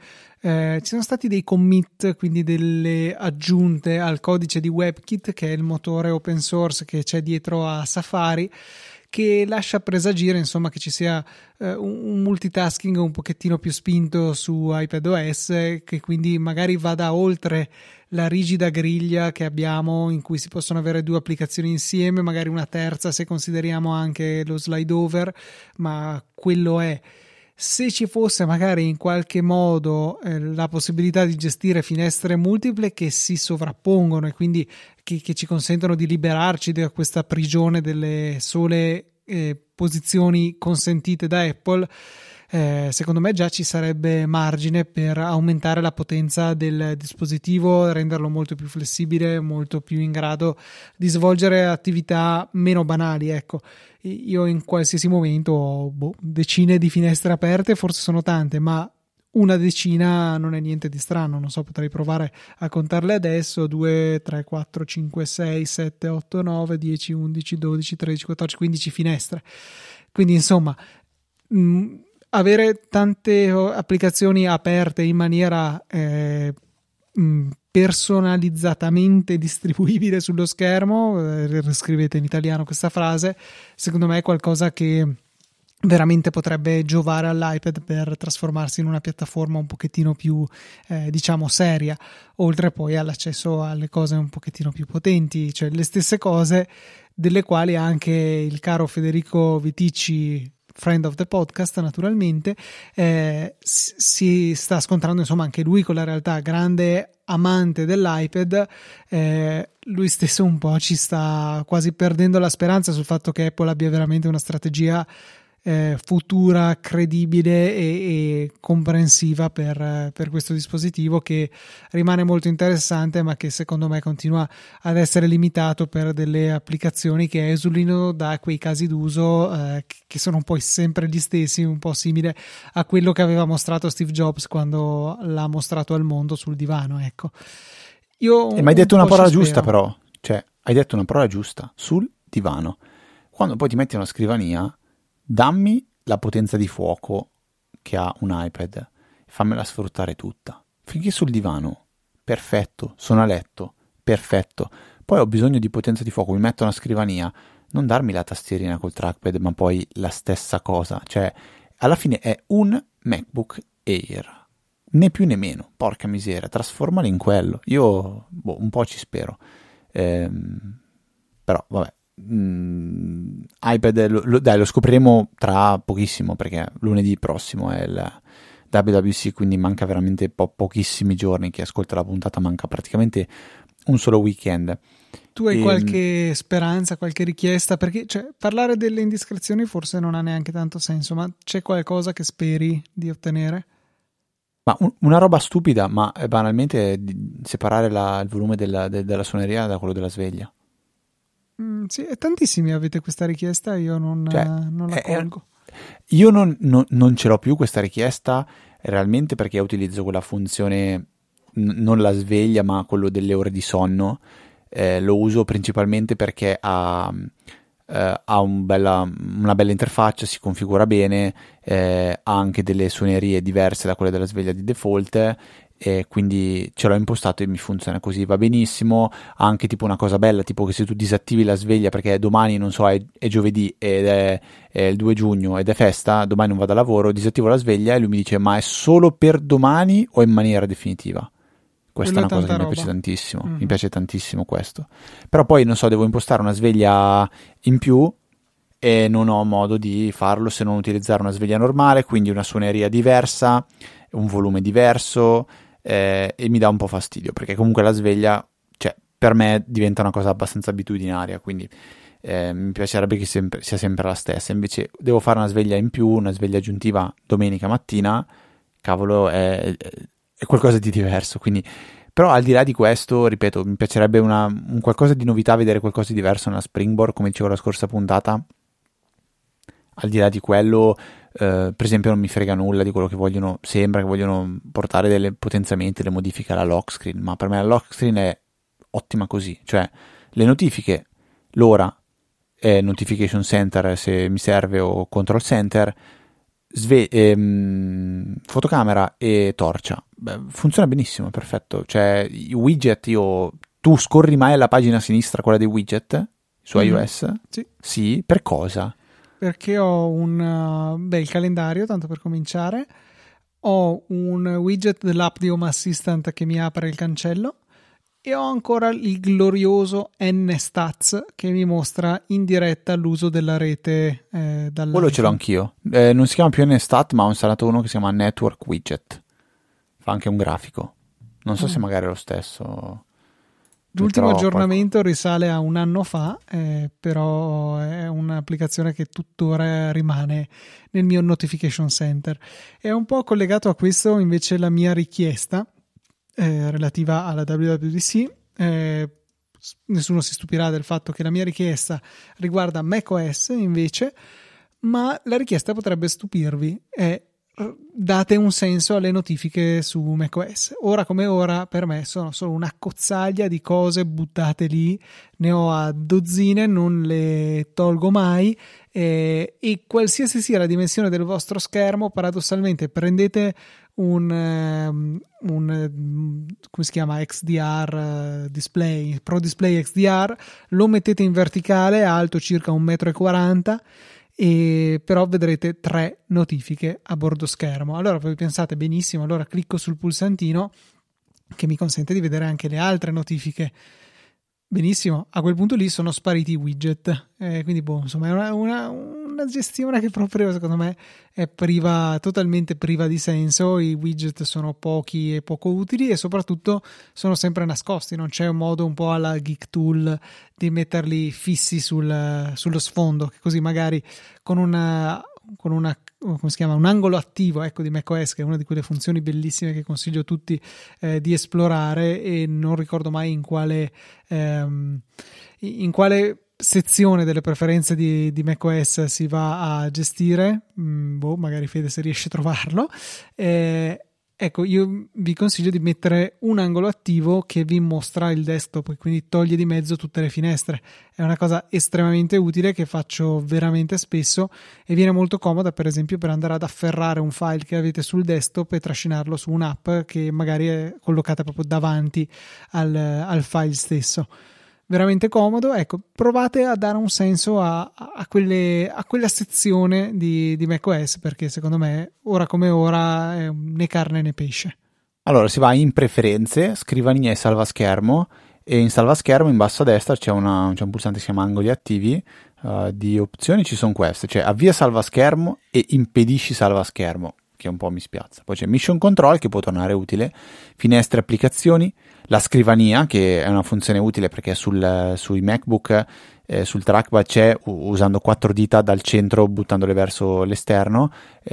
dei commit, quindi delle aggiunte al codice di WebKit, che è il motore open source che c'è dietro a Safari, che lascia presagire insomma che ci sia un multitasking un pochettino più spinto su iPadOS, che quindi magari vada oltre la rigida griglia che abbiamo, in cui si possono avere 2 applicazioni insieme, magari una terza se consideriamo anche lo slide over, ma quello è. Se ci fosse magari in qualche modo la possibilità di gestire finestre multiple che si sovrappongono e quindi che ci consentono di liberarci da questa prigione delle sole posizioni consentite da Apple, secondo me già ci sarebbe margine per aumentare la potenza del dispositivo, renderlo molto più flessibile, molto più in grado di svolgere attività meno banali. Ecco, io in qualsiasi momento ho decine di finestre aperte, forse sono tante, ma una decina non è niente di strano. Non so, potrei provare a contarle adesso: 2, 3, 4, 5, 6, 7, 8, 9, 10, 11, 12, 13, 14, 15 finestre. Quindi insomma, avere tante applicazioni aperte in maniera personalizzatamente distribuibile sullo schermo, scrivete in italiano questa frase, secondo me è qualcosa che veramente potrebbe giovare all'iPad per trasformarsi in una piattaforma un pochettino più diciamo seria, oltre poi all'accesso alle cose un pochettino più potenti, cioè le stesse cose delle quali anche il caro Federico Viticci, friend of the podcast naturalmente, si sta scontrando insomma anche lui con la realtà. Grande amante dell'iPad, lui stesso un po' ci sta quasi perdendo la speranza sul fatto che Apple abbia veramente una strategia futura, credibile e comprensiva per questo dispositivo, che rimane molto interessante, ma che secondo me continua ad essere limitato per delle applicazioni che esulino da quei casi d'uso che sono un po' sempre gli stessi, un po' simile a quello che aveva mostrato Steve Jobs quando l'ha mostrato al mondo sul divano. Ecco, ma hai detto una parola giusta, però, cioè hai detto una parola giusta: sul divano. Quando poi ti metti a una scrivania, dammi la potenza di fuoco che ha un iPad, fammela sfruttare tutta. Finché sul divano, perfetto, sono a letto, perfetto. Poi ho bisogno di potenza di fuoco, mi metto a una scrivania, non darmi la tastierina col trackpad, ma poi la stessa cosa. Cioè, alla fine è un MacBook Air, né più né meno, porca miseria, trasformali in quello. Io un po' ci spero, però vabbè. iPad dai, lo scopriremo tra pochissimo, perché lunedì prossimo è il WWDC, quindi manca veramente pochissimi giorni. Chi ascolta la puntata manca praticamente un solo weekend. Tu hai qualche speranza, qualche richiesta? Perché parlare delle indiscrezioni forse non ha neanche tanto senso, ma c'è qualcosa che speri di ottenere? Ma una roba stupida, ma è banalmente separare il volume della suoneria da quello della sveglia. Sì, e tantissimi avete questa richiesta, io Cioè, non la colgo. io non ce l'ho più questa richiesta realmente perché utilizzo quella funzione, non la sveglia, ma quello delle ore di sonno. Lo uso principalmente perché ha una bella interfaccia, si configura bene, ha anche delle suonerie diverse da quelle della sveglia di default, e quindi ce l'ho impostato e mi funziona così, va benissimo. Ha anche tipo una cosa bella, tipo che se tu disattivi la sveglia perché domani, non so, è giovedì ed è il 2 giugno ed è festa, domani non vado a lavoro, disattivo la sveglia e lui mi dice ma è solo per domani o in maniera definitiva? Questa è Quello una cosa che tanta mi piace roba. tantissimo, mi Mhm. piace tantissimo questo. Però poi, non so, devo impostare una sveglia in più e non ho modo di farlo se non utilizzare una sveglia normale, quindi una suoneria diversa, un volume diverso, e mi dà un po' fastidio, perché comunque la sveglia, cioè, per me diventa una cosa abbastanza abitudinaria, quindi mi piacerebbe che sia sempre la stessa. Invece devo fare una sveglia in più, una sveglia aggiuntiva domenica mattina, cavolo, è qualcosa di diverso, quindi. Però al di là di questo, ripeto, mi piacerebbe un qualcosa di novità, vedere qualcosa di diverso nella Springboard, come dicevo la scorsa puntata. Al di là di quello, per esempio, non mi frega nulla di quello che vogliono, sembra che vogliono portare delle potenziamenti, delle modifiche alla lock screen, ma per me la lock screen è ottima così, cioè le notifiche, l'ora, notification center se mi serve o control center, fotocamera e torcia. Beh, funziona benissimo, perfetto. Cioè, i widget, tu scorri mai alla pagina sinistra, quella dei widget su Mhm. iOS? Sì, Sì, per cosa? perché ho il calendario, tanto per cominciare, ho un widget dell'app di Home Assistant che mi apre il cancello e ho ancora il glorioso NStats che mi mostra in diretta l'uso della rete Quello ce l'ho dall'iPhone. anch'io. Non si chiama più NStat, ma ho installato uno che si chiama Network Widget. Fa anche un grafico. Non so se Mm. magari è lo stesso. L'ultimo Metterò qualcosa. aggiornamento risale a un anno fa, però è un'applicazione che tuttora rimane nel mio notification center. È un po' collegato a questo invece la mia richiesta relativa alla WWDC. Nessuno si stupirà del fatto che la mia richiesta riguarda macOS invece, ma la richiesta potrebbe stupirvi. Date un senso alle notifiche su macOS. Ora come ora per me sono solo una cozzaglia di cose buttate lì, ne ho a dozzine, non le tolgo mai, e qualsiasi sia la dimensione del vostro schermo, paradossalmente prendete come si chiama, XDR display, Pro Display XDR, lo mettete in verticale alto circa 1,40 m, e però vedrete 3 notifiche a bordo schermo. Allora voi pensate benissimo, allora clicco sul pulsantino che mi consente di vedere anche le altre notifiche. Benissimo, a quel punto lì sono spariti i widget, quindi insomma è una gestione che proprio secondo me è totalmente priva di senso. I widget sono pochi e poco utili e soprattutto sono sempre nascosti, non c'è un modo un po' alla Geek Tool di metterli fissi sullo sfondo, che così magari con come si chiama, un angolo attivo, ecco, di macOS, che è una di quelle funzioni bellissime che consiglio a tutti di esplorare, e non ricordo mai in quale sezione delle preferenze di macOS si va a gestire. Magari Fede se riesce a trovarlo. Ecco, io vi consiglio di mettere un angolo attivo che vi mostra il desktop e quindi toglie di mezzo tutte le finestre. È una cosa estremamente utile che faccio veramente spesso e viene molto comoda, per esempio, per andare ad afferrare un file che avete sul desktop e trascinarlo su un'app che magari è collocata proprio davanti al file stesso. Veramente comodo. Ecco, provate a dare un senso a quella sezione di macOS, perché secondo me ora come ora è né carne né pesce. Allora, si va in preferenze, scrivania e salvaschermo, e in salvaschermo in basso a destra c'è un pulsante che si chiama angoli attivi. Di opzioni ci sono queste, cioè avvia salvaschermo e impedisci salvaschermo. che un po' mi spiazza. Poi c'è Mission Control, che può tornare utile, finestre applicazioni, la scrivania, che è una funzione utile perché sui MacBook, sul trackpad c'è, usando 4 dita dal centro, buttandole verso l'esterno,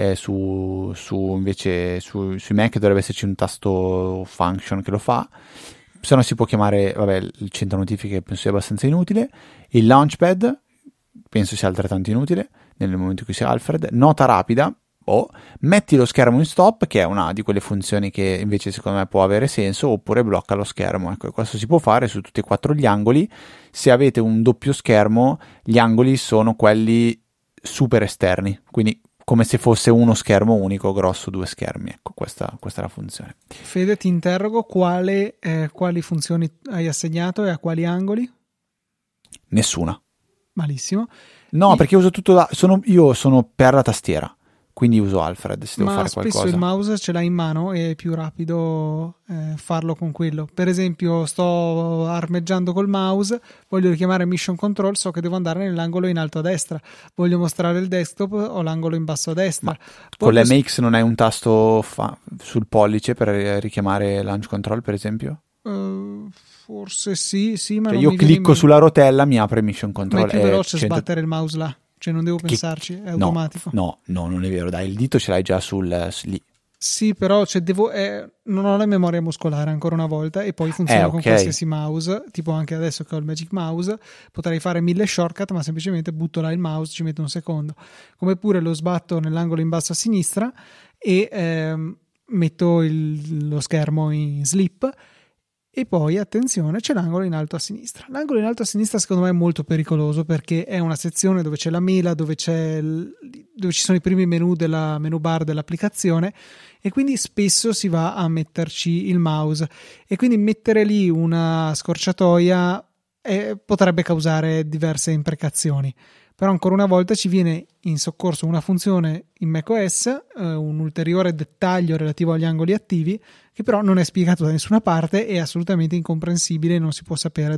invece sui Mac dovrebbe esserci un tasto function che lo fa. Se no si può chiamare, vabbè, il centro notifiche penso sia abbastanza inutile. Il launchpad penso sia altrettanto inutile nel momento in cui sia Alfred. Nota rapida, metti lo schermo in stop, che è una di quelle funzioni che invece secondo me può avere senso, oppure blocca lo schermo. Ecco, questo si può fare su tutti e 4 gli angoli. Se avete un doppio schermo, gli angoli sono quelli super esterni, quindi come se fosse uno schermo unico, grosso 2 schermi. Ecco, questa è la funzione. Fede, ti interrogo, quali funzioni hai assegnato e a quali angoli? Nessuna. Malissimo. No, perché uso tutto io sono per la tastiera, quindi uso Alfred se devo fare qualcosa. Ma spesso il mouse ce l'hai in mano e è più rapido farlo con quello. Per esempio, sto armeggiando col mouse, voglio richiamare Mission Control, so che devo andare nell'angolo in alto a destra, voglio mostrare il desktop, ho l'angolo in basso a destra. Ma con l'MX non hai un tasto sul pollice per richiamare Launch Control, per esempio? Forse sì, ma cioè non io mi clicco sulla rotella, mi apre Mission Control. Ma è più veloce sbattere il mouse là, cioè non devo pensarci, è automatico. No, non è vero, dai, il dito ce l'hai già lì. Sì, però non ho la memoria muscolare ancora una volta, e poi funziona con qualsiasi mouse, tipo anche adesso che ho il Magic Mouse, potrei fare 1000 shortcut, ma semplicemente butto là il mouse, ci metto un secondo. Come pure lo sbatto nell'angolo in basso a sinistra e metto lo schermo in sleep. E poi, attenzione, c'è l'angolo in alto a sinistra. L'angolo in alto a sinistra secondo me è molto pericoloso, perché è una sezione dove c'è la mela, dove ci sono i primi menu della menu bar dell'applicazione, e quindi spesso si va a metterci il mouse, e quindi mettere lì una scorciatoia potrebbe causare diverse imprecazioni. Però ancora una volta ci viene in soccorso una funzione in macOS, un ulteriore dettaglio relativo agli angoli attivi, che però non è spiegato da nessuna parte, è assolutamente incomprensibile, non si può sapere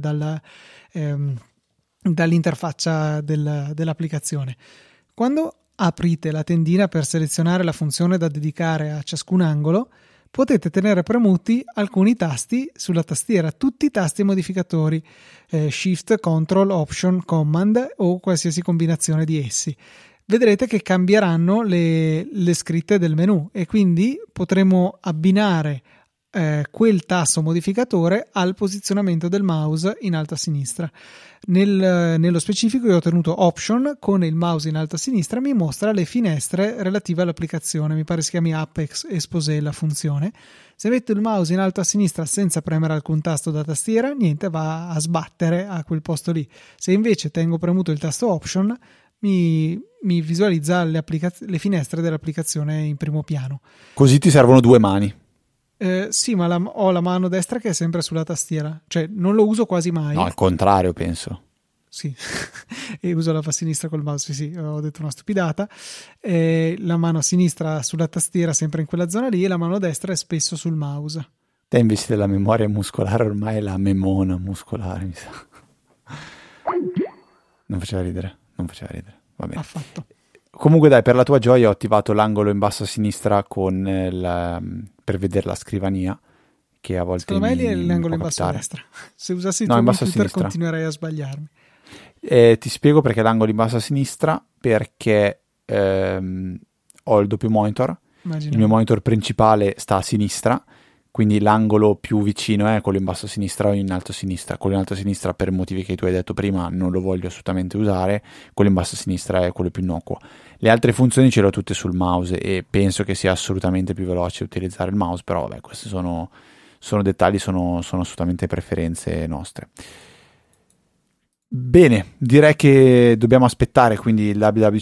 dall'interfaccia dell'applicazione. Quando aprite la tendina per selezionare la funzione da dedicare a ciascun angolo, potete tenere premuti alcuni tasti sulla tastiera, tutti i tasti modificatori, Shift, Control, Option, Command o qualsiasi combinazione di essi. Vedrete che cambieranno le scritte del menu, e quindi potremo abbinare quel tasto modificatore al posizionamento del mouse in alto a sinistra. Nello specifico io ho tenuto Option, con il mouse in alto a sinistra mi mostra le finestre relative all'applicazione, mi pare si chiami Apex Exposé la funzione. Se metto il mouse in alto a sinistra senza premere alcun tasto da tastiera, niente, va a sbattere a quel posto lì. Se invece tengo premuto il tasto Option, mi visualizza le finestre dell'applicazione in primo piano. Così ti servono 2 mani. Sì, ma ho la mano destra che è sempre sulla tastiera, cioè non lo uso quasi mai. No, al contrario, penso. Sì, e uso la sinistra col mouse, sì, ho detto una stupidata. La mano a sinistra sulla tastiera, sempre in quella zona lì, e la mano destra è spesso sul mouse. Te invece della memoria muscolare ormai è la memona muscolare, mi sa. Non faceva ridere. Va bene. Affatto. Comunque dai, per la tua gioia ho attivato l'angolo in basso a sinistra per vedere la scrivania, che a volte secondo me lì è l'angolo in basso a destra. Se usassi il tuo computer continuerei a sbagliarmi. Ti spiego perché l'angolo in basso a sinistra, perché ho il doppio monitor. Immaginavo. Il mio monitor principale sta a sinistra, quindi l'angolo più vicino è quello in basso a sinistra o in alto a sinistra. Quello in alto a sinistra, per motivi che tu hai detto prima, non lo voglio assolutamente usare. Quello in basso a sinistra è quello più innocuo. Le altre funzioni ce le ho tutte sul mouse e penso che sia assolutamente più veloce utilizzare il mouse, però vabbè, questi sono dettagli, sono assolutamente preferenze nostre. Bene, direi che dobbiamo aspettare quindi il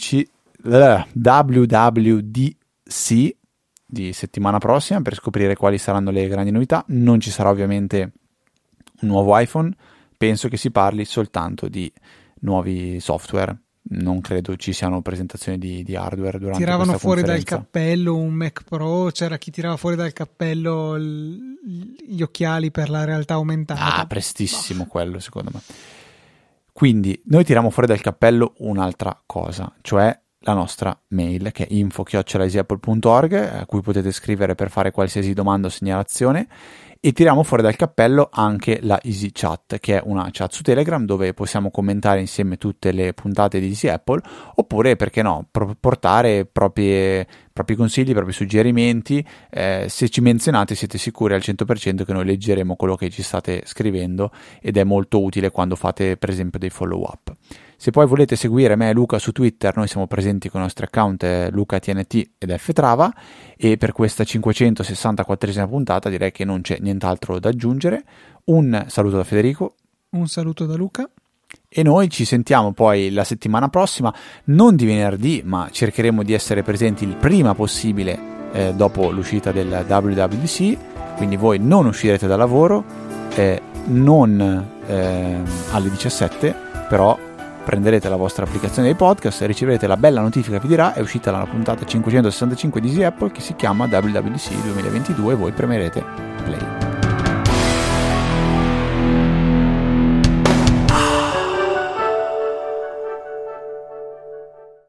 WWDC di settimana prossima per scoprire quali saranno le grandi novità. Non ci sarà ovviamente un nuovo iPhone, penso che si parli soltanto di nuovi software. Non credo ci siano presentazioni di hardware durante tiravano questa fuori conferenza. dal cappello un Mac Pro, c'era chi tirava fuori dal cappello gli occhiali per la realtà aumentata. Prestissimo quello, secondo me. Quindi noi tiriamo fuori dal cappello un'altra cosa, cioè la nostra mail, che è info@easyapple.org, a cui potete scrivere per fare qualsiasi domanda o segnalazione. E tiriamo fuori dal cappello anche la Easy Chat, che è una chat su Telegram dove possiamo commentare insieme tutte le puntate di Easy Apple, oppure, perché no, portare propri consigli, propri suggerimenti. Se ci menzionate siete sicuri al 100% che noi leggeremo quello che ci state scrivendo, ed è molto utile quando fate per esempio dei follow up. Se poi volete seguire me e Luca su Twitter, noi siamo presenti con i nostri account LucaTNT ed Ftrava, e per questa 564esima puntata direi che non c'è nient'altro da aggiungere. Un saluto da Federico. Un saluto da Luca. E noi ci sentiamo poi la settimana prossima, non di venerdì, ma cercheremo di essere presenti il prima possibile dopo l'uscita del WWDC, quindi voi non uscirete da lavoro, non alle 17, però prenderete la vostra applicazione dei podcast e riceverete la bella notifica che vi dirà è uscita la puntata 565 di Easy Apple, che si chiama WWDC 2022, e voi premerete play.